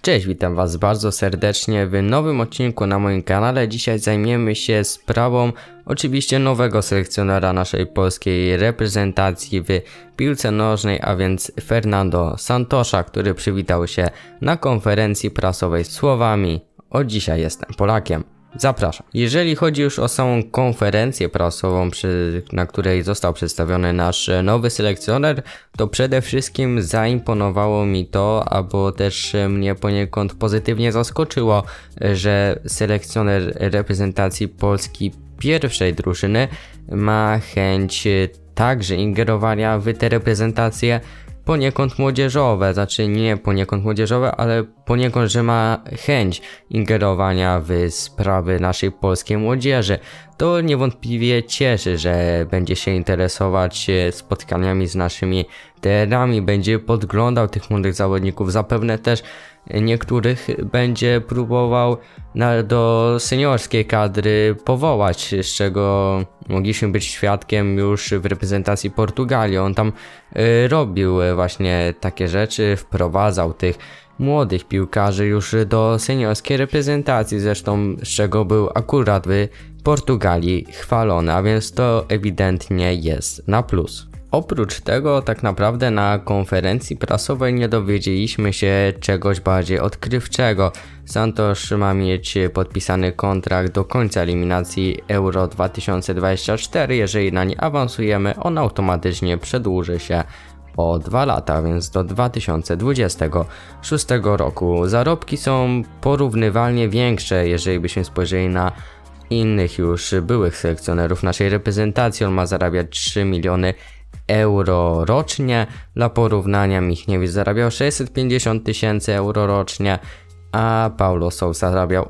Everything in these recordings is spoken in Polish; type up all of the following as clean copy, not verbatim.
Cześć, witam Was bardzo serdecznie w nowym odcinku na moim kanale. Dzisiaj zajmiemy się sprawą oczywiście nowego selekcjonera naszej polskiej reprezentacji w piłce nożnej, a więc Fernando Santosza, który przywitał się na konferencji prasowej słowami: od dzisiaj jestem Polakiem. Zapraszam. Jeżeli chodzi już o samą konferencję prasową, na której został przedstawiony nasz nowy selekcjoner, to przede wszystkim zaimponowało mi to, albo też mnie poniekąd pozytywnie zaskoczyło, że selekcjoner reprezentacji Polski pierwszej drużyny ma chęć także ingerowania w te reprezentacje poniekąd młodzieżowe, znaczy nie poniekąd młodzieżowe, ale poniekąd, że ma chęć ingerowania w sprawy naszej polskiej młodzieży. To niewątpliwie cieszy, że będzie się interesować spotkaniami z naszymi trenerami, będzie podglądał tych młodych zawodników, zapewne też niektórych będzie próbował do seniorskiej kadry powołać, z czego mogliśmy być świadkiem już w reprezentacji Portugalii. On tam robił właśnie takie rzeczy, wprowadzał tych młodych piłkarzy już do seniorskiej reprezentacji, zresztą z czego był akurat w Portugalii chwalony, a więc to ewidentnie jest na plus. Oprócz tego tak naprawdę na konferencji prasowej nie dowiedzieliśmy się czegoś bardziej odkrywczego. Santos ma mieć podpisany kontrakt do końca eliminacji Euro 2024. Jeżeli na nie awansujemy, on automatycznie przedłuży się o 2 lata, więc do 2026 roku. Zarobki są porównywalnie większe, jeżeli byśmy spojrzeli na innych już byłych selekcjonerów naszej reprezentacji. On ma zarabiać 3 miliony euro rocznie. Dla porównania Michniewicz zarabiał 650 tysięcy euro rocznie, a Paulo Sousa zarabiał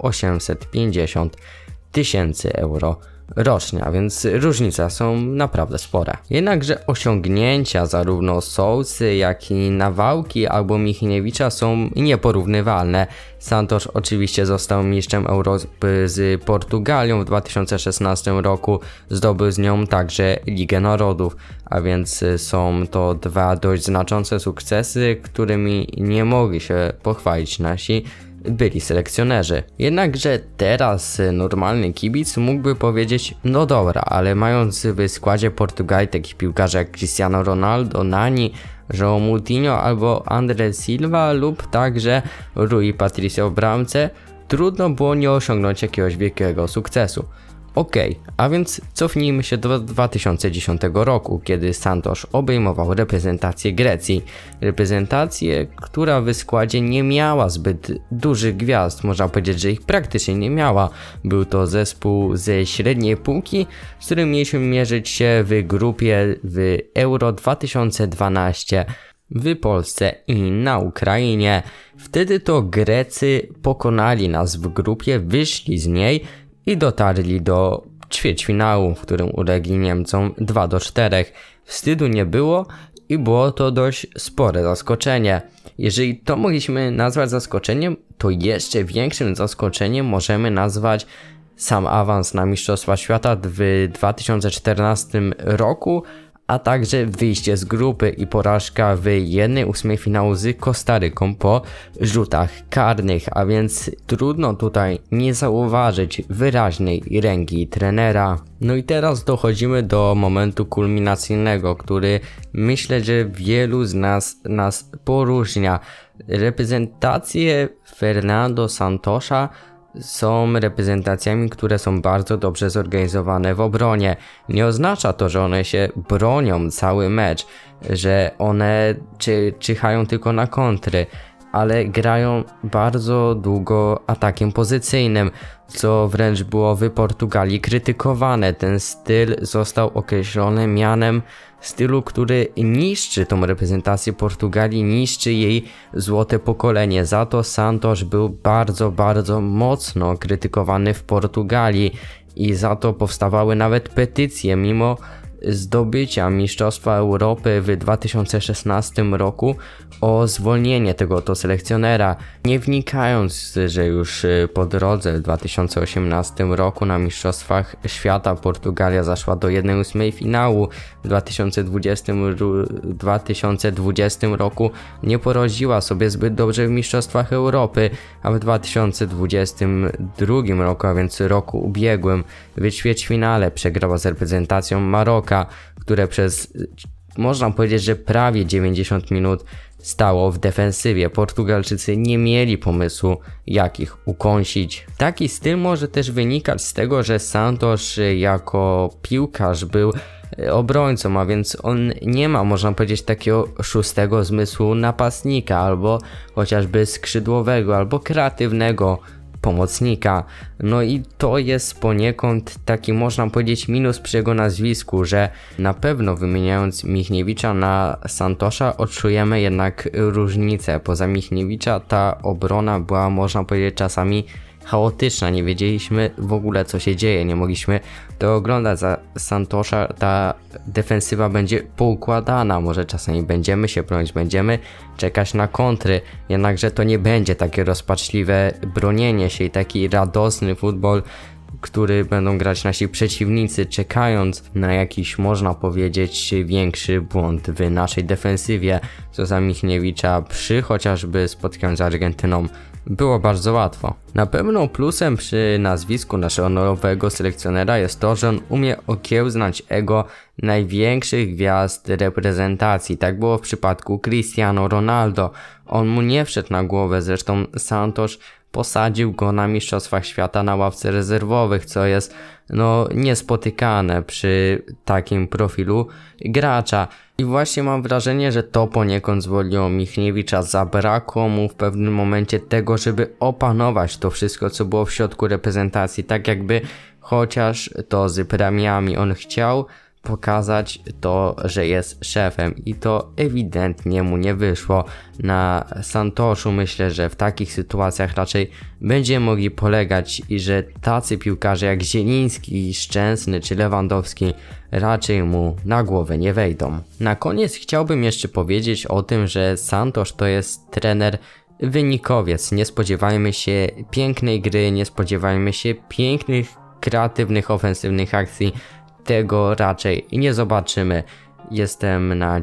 850 tysięcy euro rocznie, a więc różnice są naprawdę spore. Jednakże osiągnięcia zarówno Sousy, jak i Nawałki albo Michniewicza są nieporównywalne. Santos oczywiście został mistrzem Europy z Portugalią w 2016 roku, zdobył z nią także Ligę Narodów, a więc są to dwa dość znaczące sukcesy, którymi nie mogli się pochwalić nasi byli selekcjonerzy. Jednakże teraz normalny kibic mógłby powiedzieć: no dobra, ale mając w składzie Portugalii takich piłkarzy jak Cristiano Ronaldo, Nani, João Moutinho albo André Silva lub także Rui Patricio w bramce, trudno było nie osiągnąć jakiegoś wielkiego sukcesu. Okej, a więc cofnijmy się do 2010 roku, kiedy Santos obejmował reprezentację Grecji. Reprezentację, która w składzie nie miała zbyt dużych gwiazd, można powiedzieć, że ich praktycznie nie miała. Był to zespół ze średniej półki, z którym mieliśmy mierzyć się w grupie w Euro 2012 w Polsce i na Ukrainie. Wtedy to Grecy pokonali nas w grupie, wyszli z niej i dotarli do ćwierćfinału, w którym ulegli Niemcom 2-4. Wstydu nie było i było to dość spore zaskoczenie. Jeżeli to mogliśmy nazwać zaskoczeniem, to jeszcze większym zaskoczeniem możemy nazwać sam awans na Mistrzostwa Świata w 2014 roku, a także wyjście z grupy i porażka w 1/8 finału z Kostaryką po rzutach karnych, a więc trudno tutaj nie zauważyć wyraźnej ręki trenera. No i teraz dochodzimy do momentu kulminacyjnego, który myślę, że wielu z nas poróżnia. Reprezentacje Fernando Santosza są reprezentacjami, które są bardzo dobrze zorganizowane w obronie. Nie oznacza to, że one się bronią cały mecz, że one czyhają tylko na kontry, ale grają bardzo długo atakiem pozycyjnym, co wręcz było w Portugalii krytykowane. Ten styl został określony mianem stylu, który niszczy tą reprezentację Portugalii, niszczy jej złote pokolenie. Za to Santos był bardzo mocno krytykowany w Portugalii i za to powstawały nawet petycje, mimo zdobycia Mistrzostwa Europy w 2016 roku o zwolnienie tego oto selekcjonera, nie wnikając, że już po drodze w 2018 roku na Mistrzostwach Świata Portugalia zaszła do 1/8 finału, w 2020 roku nie poradziła sobie zbyt dobrze w Mistrzostwach Europy, a w 2022 roku, a więc roku ubiegłym, w ćwierćfinale przegrała z reprezentacją Maroka, które przez, można powiedzieć, że prawie 90 minut stało w defensywie. Portugalczycy nie mieli pomysłu, jak ich ukąsić. Taki styl może też wynikać z tego, że Santos jako piłkarz był obrońcą, a więc on nie ma, można powiedzieć, takiego szóstego zmysłu napastnika, albo chociażby skrzydłowego, albo kreatywnego pomocnika. No i to jest poniekąd taki, można powiedzieć, minus przy jego nazwisku, że na pewno wymieniając Michniewicza na Santosza odczujemy jednak różnicę. Poza Michniewicza ta obrona była, można powiedzieć, czasami chaotyczna, nie wiedzieliśmy w ogóle, co się dzieje, nie mogliśmy to oglądać. Za Santosza ta defensywa będzie poukładana, może czasami będziemy się bronić, będziemy czekać na kontry, jednakże to nie będzie takie rozpaczliwe bronienie się i taki radosny futbol, który będą grać nasi przeciwnicy, czekając na jakiś, można powiedzieć, większy błąd w naszej defensywie, co za Michniewicza przy chociażby spotkaniu z Argentyną było bardzo łatwo. Na pewno plusem przy nazwisku naszego nowego selekcjonera jest to, że on umie okiełznać ego największych gwiazd reprezentacji. Tak było w przypadku Cristiano Ronaldo. On mu nie wszedł na głowę, zresztą Santos posadził go na Mistrzostwach Świata na ławce rezerwowych, co jest niespotykane przy takim profilu gracza. I właśnie mam wrażenie, że to poniekąd zwolniło Michniewicza, zabrakło mu w pewnym momencie tego, żeby opanować to wszystko, co było w środku reprezentacji, tak jakby chociaż to z premiami on chciał pokazać to, że jest szefem i to ewidentnie mu nie wyszło. Na Santoszu myślę, że w takich sytuacjach raczej będziemy mogli polegać i że tacy piłkarze jak Zieliński, Szczęsny czy Lewandowski raczej mu na głowę nie wejdą. Na koniec chciałbym jeszcze powiedzieć o tym, że Santos to jest trener wynikowiec. Nie spodziewajmy się pięknej gry, nie spodziewajmy się pięknych, kreatywnych, ofensywnych akcji. Tego raczej nie zobaczymy. Jestem na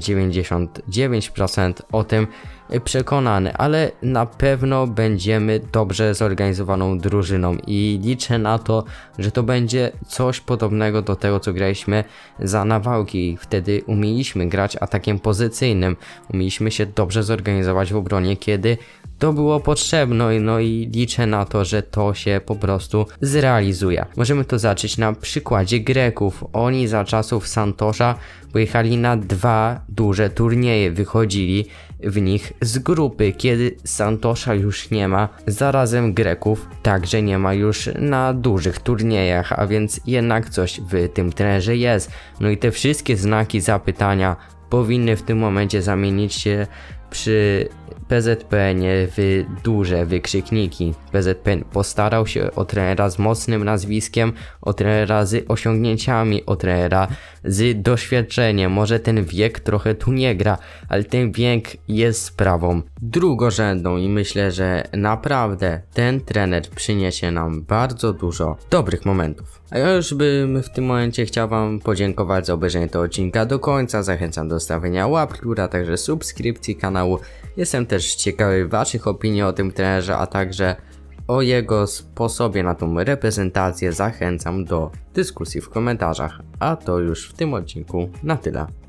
99% o tym przekonany, ale na pewno będziemy dobrze zorganizowaną drużyną i liczę na to, że to będzie coś podobnego do tego, co graliśmy za Nawałki. Wtedy umieliśmy grać atakiem pozycyjnym, umieliśmy się dobrze zorganizować w obronie, kiedy to było potrzebne, no i liczę na to, że to się po prostu zrealizuje. Możemy to zacząć na przykładzie Greków. Oni za czasów Santosza pojechali na 2 duże turnieje, wychodzili w nich z grupy. Kiedy Santosza już nie ma, zarazem Greków także nie ma już na dużych turniejach, a więc jednak coś w tym trenerze jest. No i te wszystkie znaki zapytania powinny w tym momencie zamienić się przy PZPN-ie w duże wykrzykniki. PZPN postarał się o trenera z mocnym nazwiskiem, o trenera z osiągnięciami, o trenera z doświadczeniem. Może ten wiek trochę tu nie gra, ale ten wiek jest sprawą drugorzędną i myślę, że naprawdę ten trener przyniesie nam bardzo dużo dobrych momentów. A ja już bym w tym momencie chciał wam podziękować za obejrzenie tego odcinka do końca. Zachęcam do stawienia łapki, a także subskrypcji kanału. Jestem też ciekawy waszych opinii o tym trenerze, a także o jego sposobie na tą reprezentację. Zachęcam do dyskusji w komentarzach. A to już w tym odcinku na tyle.